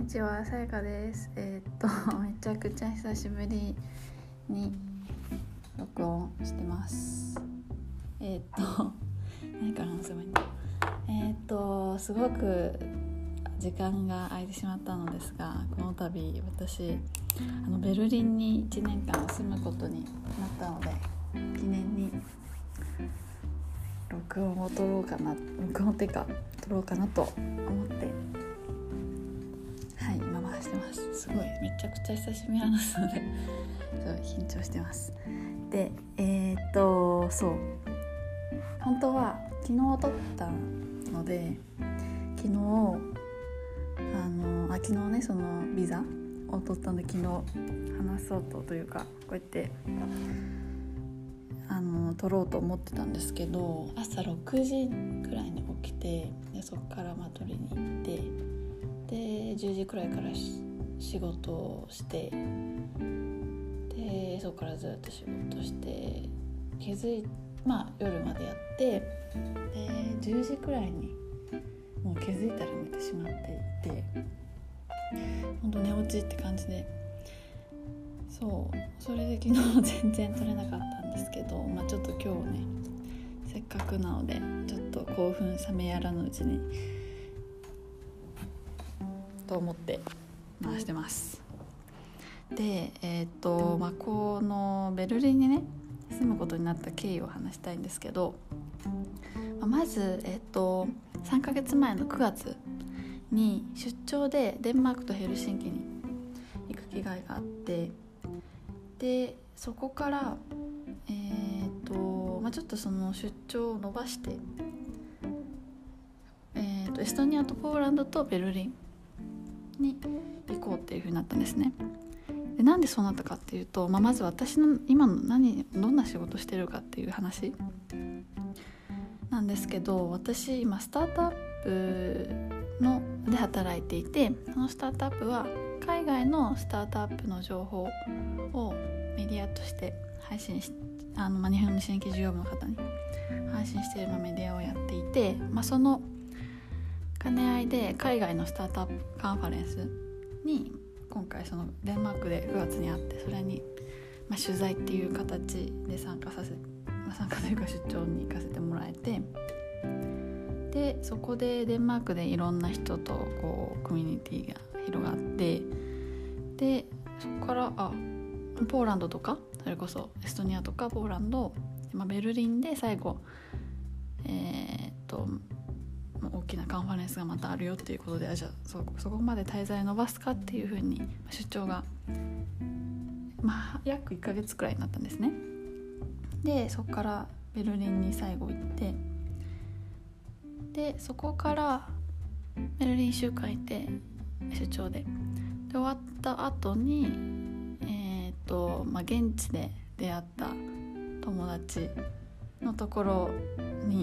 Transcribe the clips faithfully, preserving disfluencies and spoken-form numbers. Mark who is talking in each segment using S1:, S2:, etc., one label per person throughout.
S1: にちは、さやかです。えー、っとめちゃくちゃ久しぶりに録音してます。えー、っと何から話せばいいんだ。えー、っとすごく時間が空いてしまったのですが、この度私あのベルリンにいちねんかん住むことになったので、記念に録音を撮ろうかな録音っていうか撮ろうかなと思ってはい今回してます。すごいめちゃくちゃ久しぶりに話すのですごい緊張してます。でえー、っとそう本当は昨日撮ったので昨日あのあ昨日ねそのビザを取ったんで昨日話そうとというかこうやってあの撮ろうと思ってたんですけど、朝ろくじくらいに起きてでそこからまあ撮りに行ってでじゅうじくらいから仕事をしてでそこからずっと仕事して気づいまあ夜までやってでじゅうじくらいにもう気づいたら寝てしまっていて本当寝落ちって感じでそうそれで昨日全然撮れなかったんですけど、まあ、ちょっと今日ねせっかくなのでちょっと興奮冷めやらぬうちにと思って回してます。でえっとまあこのベルリンにね住むことになった経緯を話したいんですけど、まあ、まずえっとさんかげつまえのくがつに出張でデンマークとヘルシンキに行く機会があってでそこからえーとまあ、ちょっとその出張を伸ばして、えーとエストニアとポーランドとベルリンに行こうっていう風になったんですね。でなんでそうなったかっていうと、まあ、まず私の今の何どんな仕事してるかっていう話なんですけど、私今スタートアップので働いていて、そのスタートアップは海外のスタートアップの情報をメディアとして配信しあの、まあ、日本の新規事業部の方に配信しているメディアをやっていて、まあ、その兼ね合いで海外のスタートアップカンファレンスに今回そのデンマークでくがつにあってそれに、まあ、取材っていう形で参加させ、まあ、参加というか出張に行かせてもらえてでそこでデンマークでいろんな人とこうコミュニティが広がってでそこからあポーランドとかそれこそエストニアとかポーランド、まあ、ベルリンで最後えー、っと大きなカンファレンスがまたあるよっていうことであじゃあ そ, そこまで滞在を伸ばすかっていうふうに出張が、まあ、約いっかげつくらいになったんですね。でそこからベルリンに最後行ってでそこからベルリンいっしゅうかんいて出張でで終わった後にえー、っと、まあ、現地で出会った友達のところに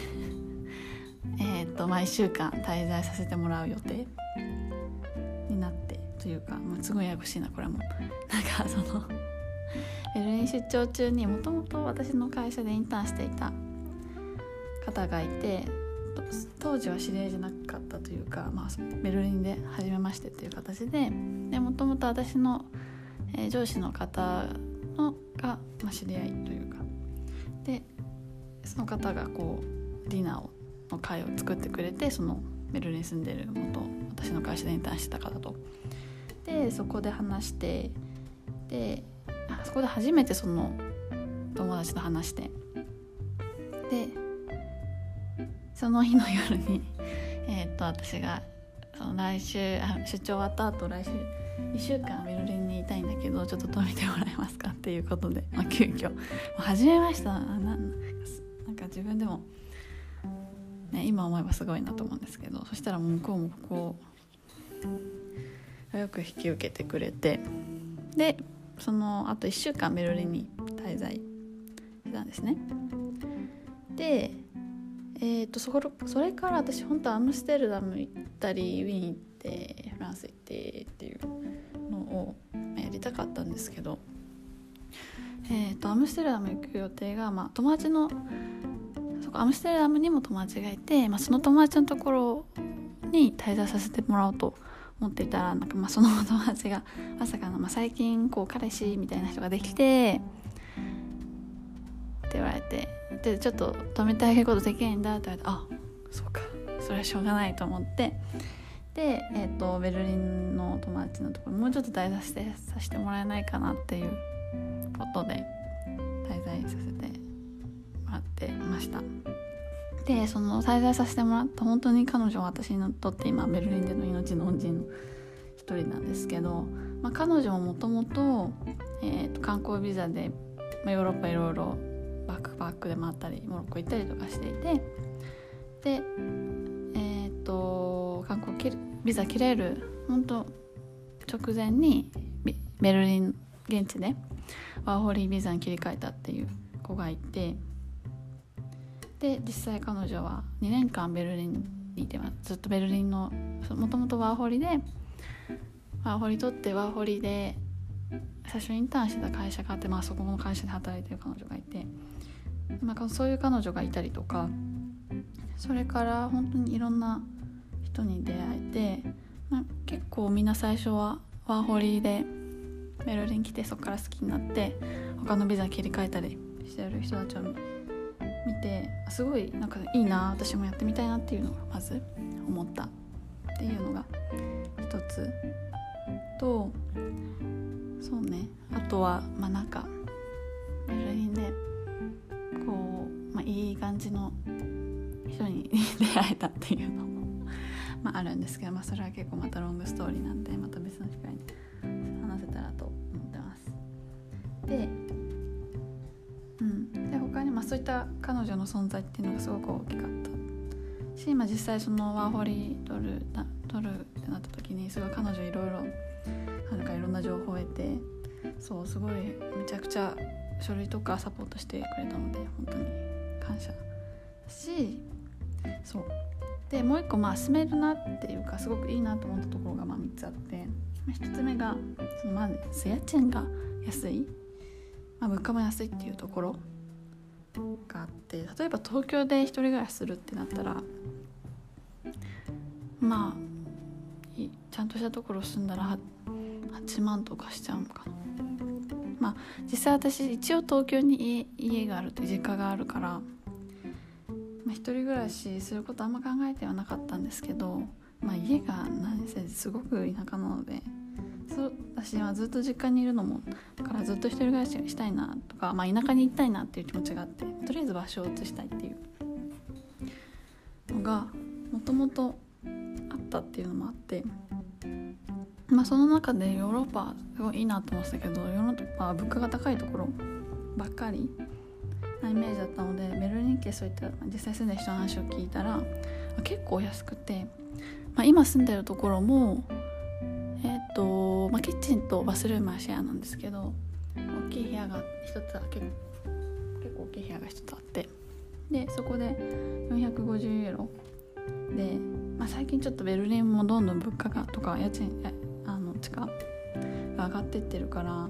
S1: えっとまあいっしゅうかん滞在させてもらう予定になってというか、もうすごいややこしいなこれもなんかそのベルリン出張中にもともと私の会社でインターンしていた方がいて当時は知り合いじゃなかったというか、まあ、ベルリンで初めましてという形でもともと私の、えー、上司の方のが、まあ、知り合いというかでその方がこうディナーをの会を作ってくれてそのベルリンに住んでる元私の会社でインターンしてた方とでそこで話してでそこで初めてその友達と話してでその日の夜にえー、っと私がその来週あ出張終わった後来週いっしゅうかんベルリンにいたいんだけどちょっと泊めてもらえますかっていうことで、まあ、急遽初めましたな な, なんか自分でもね、今思えばすごいなと思うんですけどそしたら向こうもここよく引き受けてくれてでそのあといっしゅうかんベルリンに滞在したんですね。で、えー、と そ, それから私本当アムステルダム行ったりウィーン行ってフランス行ってっていうのをやりたかったんですけど、えー、とアムステルダム行く予定が、まあ、友達のアムステルダムにも友達がいて、まあ、その友達のところに滞在させてもらおうと思っていたらなんかまあその友達がまさかの、まあ、最近こう彼氏みたいな人ができてって言われて、でちょっと止めてあげることできないんだって言われて、あそうかそれはしょうがないと思って、で、えー、とベルリンの友達のところもうちょっと滞在してさせてもらえないかなっていうことで滞在させてもらってました。でその滞在させてもらった本当に彼女は私にとって今ベルリンでの命の恩人の一人なんですけど、まあ、彼女ももともと観光ビザで、まあ、ヨーロッパいろいろバックパックで回ったりモロッコ行ったりとかしていて、でえっ、ー、と観光ビザ切れる本当直前にベルリン現地でワーホリービザに切り替えたっていう子がいて、で実際彼女はにねんかんベルリンにいてずっとベルリンのもともとワーホリでワーホリ取ってワーホリで最初インターンしてた会社があって、まあ、そこの会社で働いてる彼女がいて、まあ、そういう彼女がいたりとか、それから本当にいろんな人に出会えて、まあ、結構みんな最初はワーホリでベルリン来てそこから好きになって他のビザ切り替えたりしてる人たちを見てすごいなんかいいな私もやってみたいなっていうのがまず思ったっていうのが一つと、そうね、あとはまあなんかベルリンでこう、まあ、いい感じの人に出会えたっていうのもまああるんですけど、まあ、それは結構またロングストーリーなんでまた別の機会に話せたらと思ってます。で、うん、で他にまあそういった彼女の存在っていうのがすごく大きかったし、まあ、実際そのワーホリ取る取るってなった時にすごい彼女いろいろなんかいろんな情報を得て、そうすごいめちゃくちゃ書類とかサポートしてくれたので本当に感謝だし、そうでもう一個まあ住めるなっていうかすごくいいなと思ったところがまあみっつあって、ひとつめがそのまず家賃が安い、まあ、物価も安いっていうところがあって、例えば東京で一人暮らしするってなったらまあちゃんとしたところ住んだらはちまんとかしちゃうのかな。まあ実際私一応東京に 家, 家があるって実家があるから、まあ、一人暮らしすることあんま考えてはなかったんですけど、まあ、家が何せすごく田舎なので、そう私はずっと実家にいるのもだからずっと一人暮らししたいなとか、まあ、田舎に行きたいなっていう気持ちがあって、とりあえず場所を移したいっていうのがもともとあったっていうのもあって、まあ、その中でヨーロッパすごいいいなと思ってたけど、ヨーロッパは物価が高いところばっかりなイメージだったので、ベルリン系そういった実際住んでる人の話を聞いたら結構安くて、まあ、今住んでるところもえーっとまあ、キッチンとバスルームはシェアなんですけど、大きい部屋が一つ結構、結構大きい部屋が一つあって、でそこでよんひゃくごじゅうユーロで、まあ、最近ちょっとベルリンもどんどん物価がとか家賃あの地価が上がってってるから、あ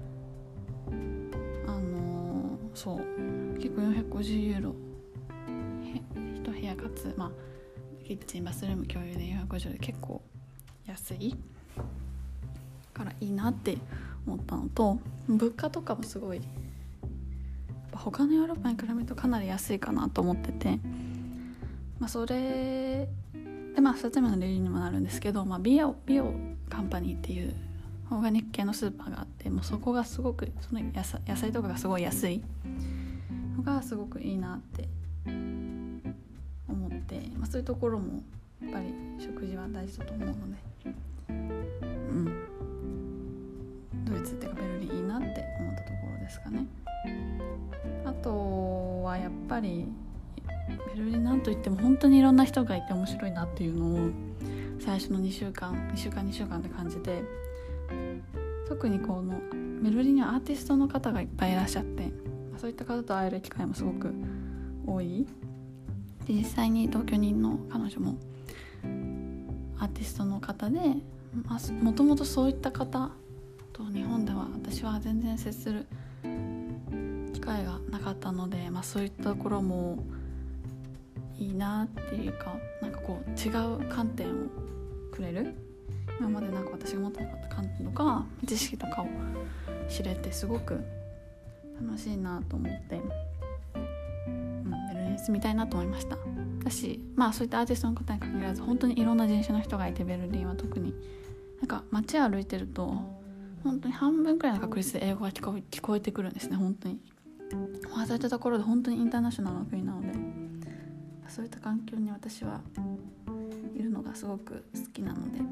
S1: のー、そう結構よんひゃくごじゅうユーロ一部屋かつ、まあ、キッチンバスルーム共有でよんひゃくごじゅうで結構安いからいいなって思ったのと、物価とかもすごい他のヨーロッパに比べるとかなり安いかなと思ってて、まあ、それでまあふたつめの理由にもなるんですけど、まあ、ビオビオカンパニーっていうオーガニック系のスーパーがあって、もうそこがすごくその野菜、野菜とかがすごい安いのがすごくいいなって思って、まあ、そういうところもやっぱり食事は大事だと思うので、うんドイツっていうかベルリンいいなって思ったところですかね。あとはやっぱりベルリンなんといっても本当にいろんな人がいて面白いなっていうのを最初のにしゅうかんにしゅうかんにしゅうかんで感じて、特にこのベルリンにはアーティストの方がいっぱいいらっしゃって、そういった方と会える機会もすごく多いで、実際に同居人の彼女もアーティストの方で、もともとそういった方と日本では私は全然接する機会がなかったので、まあ、そういったところもいいなっていうか、なんかこう違う観点をくれる今までなんか私が持ってなかった観点とか知識とかを知れてすごく楽しいなと思って、うん、ベルリンに住みたいなと思いました。だし、まあそういったアーティストの方に限らず本当にいろんな人種の人がいて、ベルリンは特になんか街歩いてると本当に半分くらいの確率で英語が聞こえ、聞こえてくるんですね。本当にそういったところで本当にインターナショナルな国なので、そういった環境に私はいるのがすごく好きなので、うん、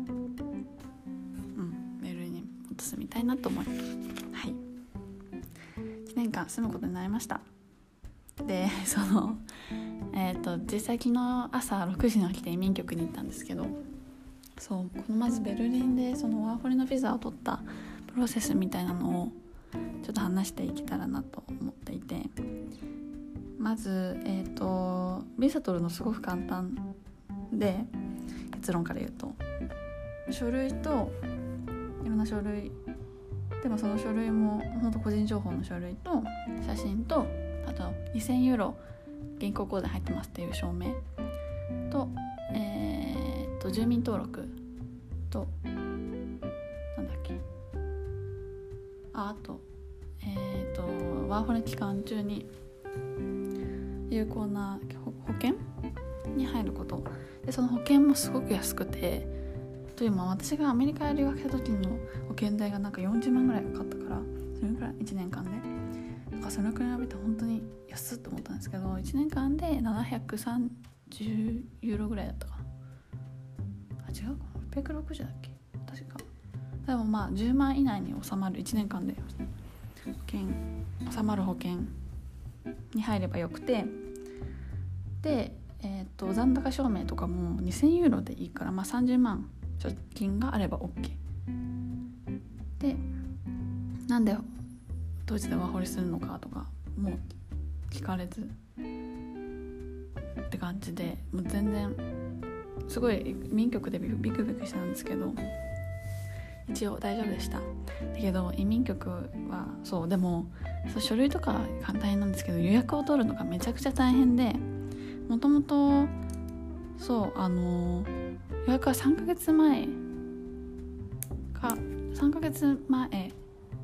S1: ベルリンにもっと住みたいなと思います。はい、いちねんかん住むことになりました。でそのえーと実際昨日朝ろくじに起きて移民局に行ったんですけど、そうこのまずベルリンでそのワーホリのビザを取ったプロセスみたいなのをちょっと話していけたらなと思っていて、まず、えーとビザ取るのすごく簡単で、結論から言うと書類といろんな書類でもその書類も本当個人情報の書類と写真と、あとにせんユーロ銀行口座に入ってますっていう証明と、えー、と住民登録となんだっけああと,、えー、とワーホリ期間中に有効な保険に入ることで、その保険もすごく安くて、というのも私がアメリカへ留学した時の保険代がなんかよんじゅうまんぐらいかかったから、それくらいいちねんかんでだからそれくらい比べて本当に安っと思ったんですけど、いちねんかんでななひゃくさんじゅうユーロぐらいだったかな。あ違うかな、ろっぴゃくろくじゅうだっけ確か。でもまあじゅうまん以内に収まる、いちねんかんで保険収まる保険に入ればよくて、で、えー、と残高証明とかもにせんユーロでいいから、まあ、さんじゅうまん貯金があれば OK で、なんでドイツでワーホリするのかとかもう聞かれずって感じで、もう全然すごい民局でビクビクしたんですけど、一応大丈夫でした。だけど移民局はそうでもそう書類とか簡単なんですけど、予約を取るのがめちゃくちゃ大変で、もともとそうあの予約はさんかげつまえかさんかげつまえ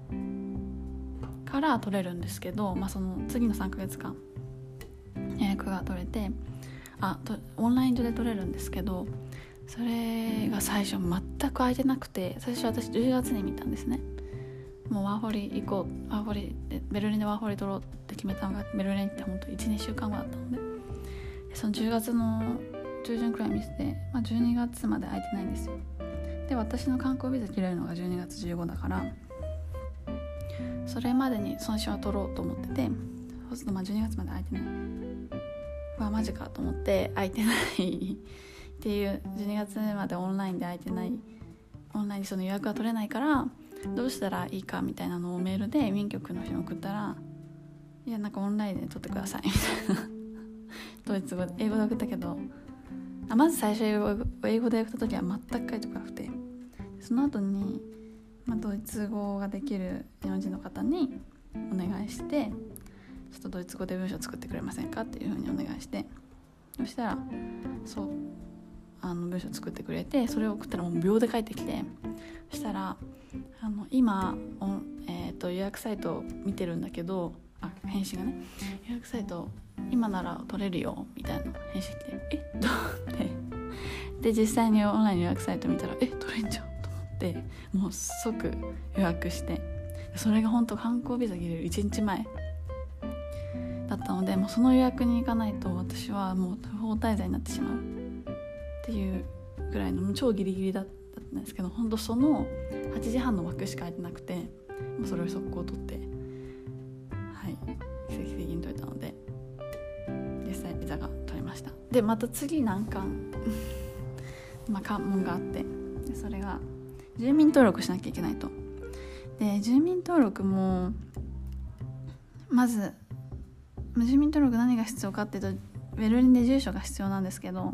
S1: から取れるんですけど、まあ、その次のさんかげつかん予約が取れて、あとオンライン上で取れるんですけど、それが最初全く空いてなくて、最初私じゅうがつに見たんですね。もうワーホリ行こう、ワーホリでベルリンでワーホリ取ろうって決めたのがベルリンって本当 いち,に 週間後だったので、そのじゅうがつの中旬くらい見せて、まあ、じゅうにがつまで空いてないんですよ。で私の観光ビザ切れるのがじゅうにがつじゅうごだから、それまでに損失は取ろうと思ってて、そうするとまあじゅうにがつまで空いてない、うわマジかと思って空いてないっていう、じゅうにがつまでオンラインで空いてない、オンラインでその予約が取れないからどうしたらいいかみたいなのをメールで移民局の人に送ったら、いやなんかオンラインで取ってくださいみたいなドイツ語英語で送ったけど、あまず最初英語、英語で送った時は全く書いてこなくて、その後に、まあ、ドイツ語ができる日本人の方にお願いして、ちょっとドイツ語で文章作ってくれませんかっていうふうにお願いして、そしたらそうあの文章作ってくれて、それを送ったらもう秒で返ってきて、そしたらあの今、えー、と予約サイトを見てるんだけど、あ返信がね、予約サイト今なら取れるよみたいな返信来て、えっとってで実際にオンライン予約サイト見たら、え取れんじゃんと思って、もう即予約して、それが本当観光ビザ切れるいちにちまえだったので、もうその予約に行かないと私はもう不法滞在になってしまうっていうぐらいのもう超ギリギリだったんですけど、本当そのはちじはんの枠しか空いてなくて、もうそれを速攻取って、はい奇跡的に取れたので実際ビザが取れました。でまた次難関まあ関門があって、でそれが住民登録しなきゃいけないと。で住民登録もまず住民登録何が必要かっていうと、ベルリンで住所が必要なんですけど、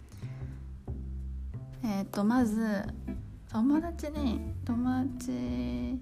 S1: えっとまず友達に友達に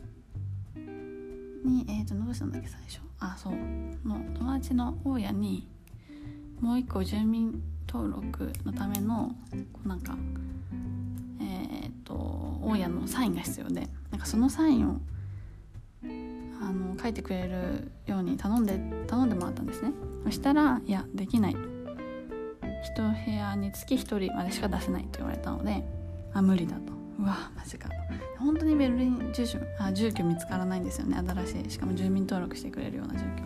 S1: えっとどうしたんだっけ最初、あそうの友達の大家にもう一個住民登録のためのこうなんかえっと大家のサインが必要で、なんかそのサインをあの書いてくれるように頼んで頼んでもらったんですね。そしたらいやできないと、一部屋につきひとりまでしか出せないと言われたので、あ無理だと、うわマジかと。本当にベルリン住所あ住居見つからないんですよね、新しい、しかも住民登録してくれるような住居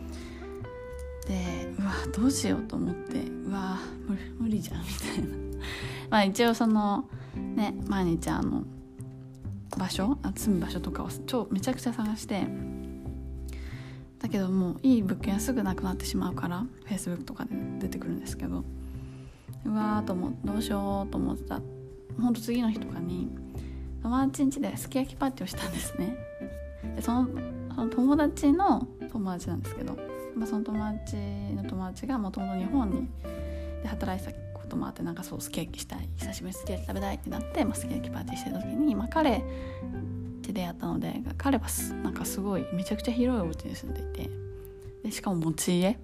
S1: で、うわどうしようと思って、うわ無理、無理じゃんみたいなまあ一応そのね毎日あの場所あ住む場所とかを超めちゃくちゃ探して、だけどもういい物件はすぐなくなってしまうから Facebook とかで出てくるんですけど、うわーと思ってどうしようと思ってた。ほんと次の日とかに友達ん家ですき焼きパーティーをしたんですね。でその、その友達の友達なんですけど、まあ、その友達の友達がもともと日本にで働いてたこともあって、なんかそうすき焼きしたい、久しぶりにすき焼き食べたいってなって、まあ、すき焼きパーティーしてる時に、まあ、彼って出会ったので、彼はすなんかすごいめちゃくちゃ広いお家に住んでいて、でしかも持ち家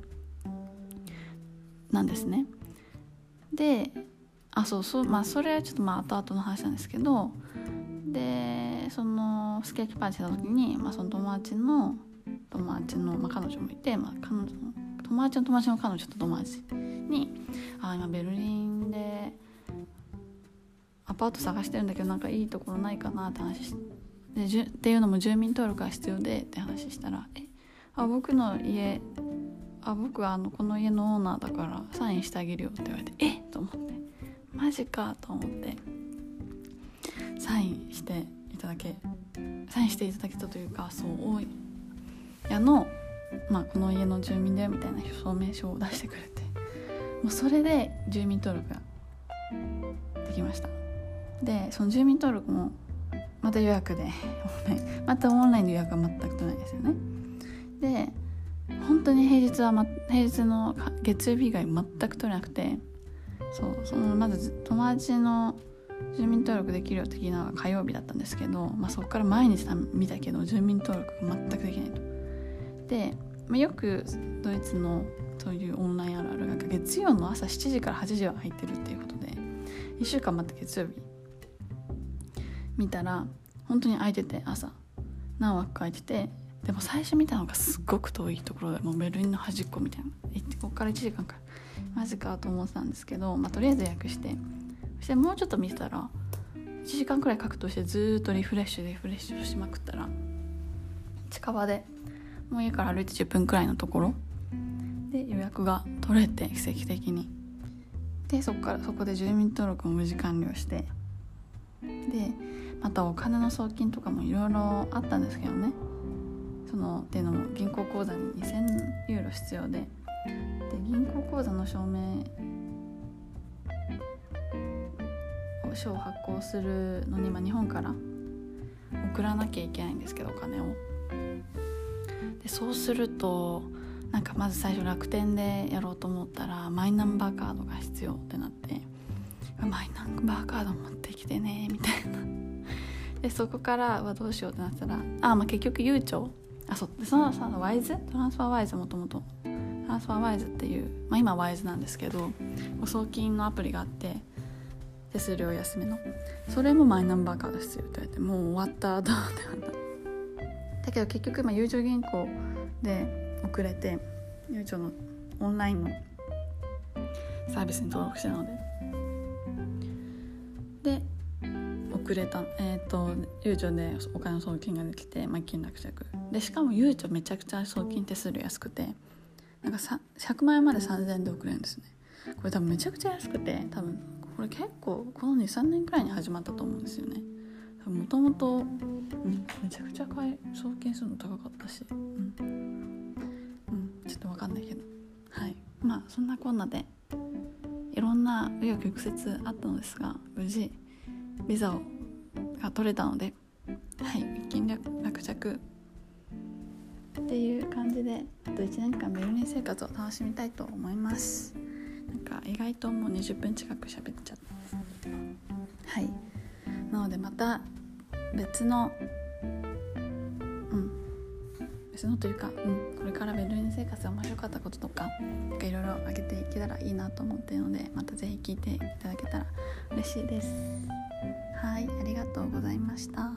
S1: なんですね。であそうそうまあそれはちょっとまあ後々の話なんですけど、でそのすき焼きパーティーした時に、まあ、その友達の友達の、まあ、彼女もいて、まあ、彼女の友達の友達の彼女と友達にあ今ベルリンでアパート探してるんだけどなんかいいところないかなって話してでじゅっていうのも住民登録が必要でって話したら、えあ僕の家あ僕はあのこの家のオーナーだからサインしてあげるよって言われて、えっと思って、マジかと思ってサインしていただけサインしていただけたというか、そう大家の、まあ、この家の住民だよみたいな証明書を出してくれて、もうそれで住民登録ができました。でその住民登録もまた予約でまたオンラインの予約は全く取れないですよね。で本当に平日は、ま、平日の月曜日以外全く取れなくて、そうそのまず友達の住民登録できるよって聞いたのが火曜日だったんですけど、まあ、そこから毎日見たけど住民登録が全くできないと。で、まあ、よくドイツのそういうオンラインあるあるが月曜の朝しちじからはちじは入ってるっていうことで、いっしゅうかん待って月曜日見たら本当に空いてて、朝何枠か空いてて、でも最初見たのがすっごく遠いところで、もうベルリンの端っこみたいな、行ってここからいちじかんかマジかと思ってたんですけど、まあ、とりあえず予約して、そしてもうちょっと見てたらいちじかんくらい格闘してずっとリフレッシュリフレッシュしまくったら、近場でもう家から歩いてじゅっぷんくらいのところで予約が取れて、奇跡的に。でそこからそこで住民登録も無事完了して、でまたお金の送金とかもいろいろあったんですけどね、そのっていうのも銀行口座ににせんユーロ必要で、で銀行口座の証明書を発行するのに、まあ、日本から送らなきゃいけないんですけど、お金を。でそうするとなんかまず最初楽天でやろうと思ったらマイナンバーカードが必要ってなって、マイナンバーカード持ってきてねみたいな。でそこからはどうしようってなったら、あ、まあ、結局ゆうちょあそうでそのさワイズトランスファーワイズもともとトランスファーワイズっていう、まあ、今ワイズなんですけど送金のアプリがあって、手数料安めの、それもマイナンバーカード必要って言われて、もう終わったと思ってなっただけど結局今ゆうちょ銀行で遅れて、ゆうちょのオンラインのサービスに登録してたのでで遅れた、えー、とゆうちょでお金の送金ができて、まあ、一気に落着で、しかもゆうちょめちゃくちゃ送金手数料安くて、なんかさひゃくまんえんまでさんぜんえんで送れるんですね。これ多分めちゃくちゃ安くて、多分これ結構この にさんねんくらいに始まったと思うんですよね。もともとめちゃくちゃ買い送金するの高かったし、うん、うん、ちょっと分かんないけど、はい、まあそんなこんなでいろんな紆余曲折あったのですが、無事ビザをが取れたので、はい、一気に落着っていう感じで、あといちねんかんベルリン生活を楽しみたいと思います。なんか意外ともうにじゅっぷん近く喋っちゃった。はい、なのでまた別のうん別のというか、うん、これからベルリン生活で面白かったこととかいろいろ上げていけたらいいなと思っているので、またぜひ聞いていただけたら嬉しいです。 はい、ありがとうございました。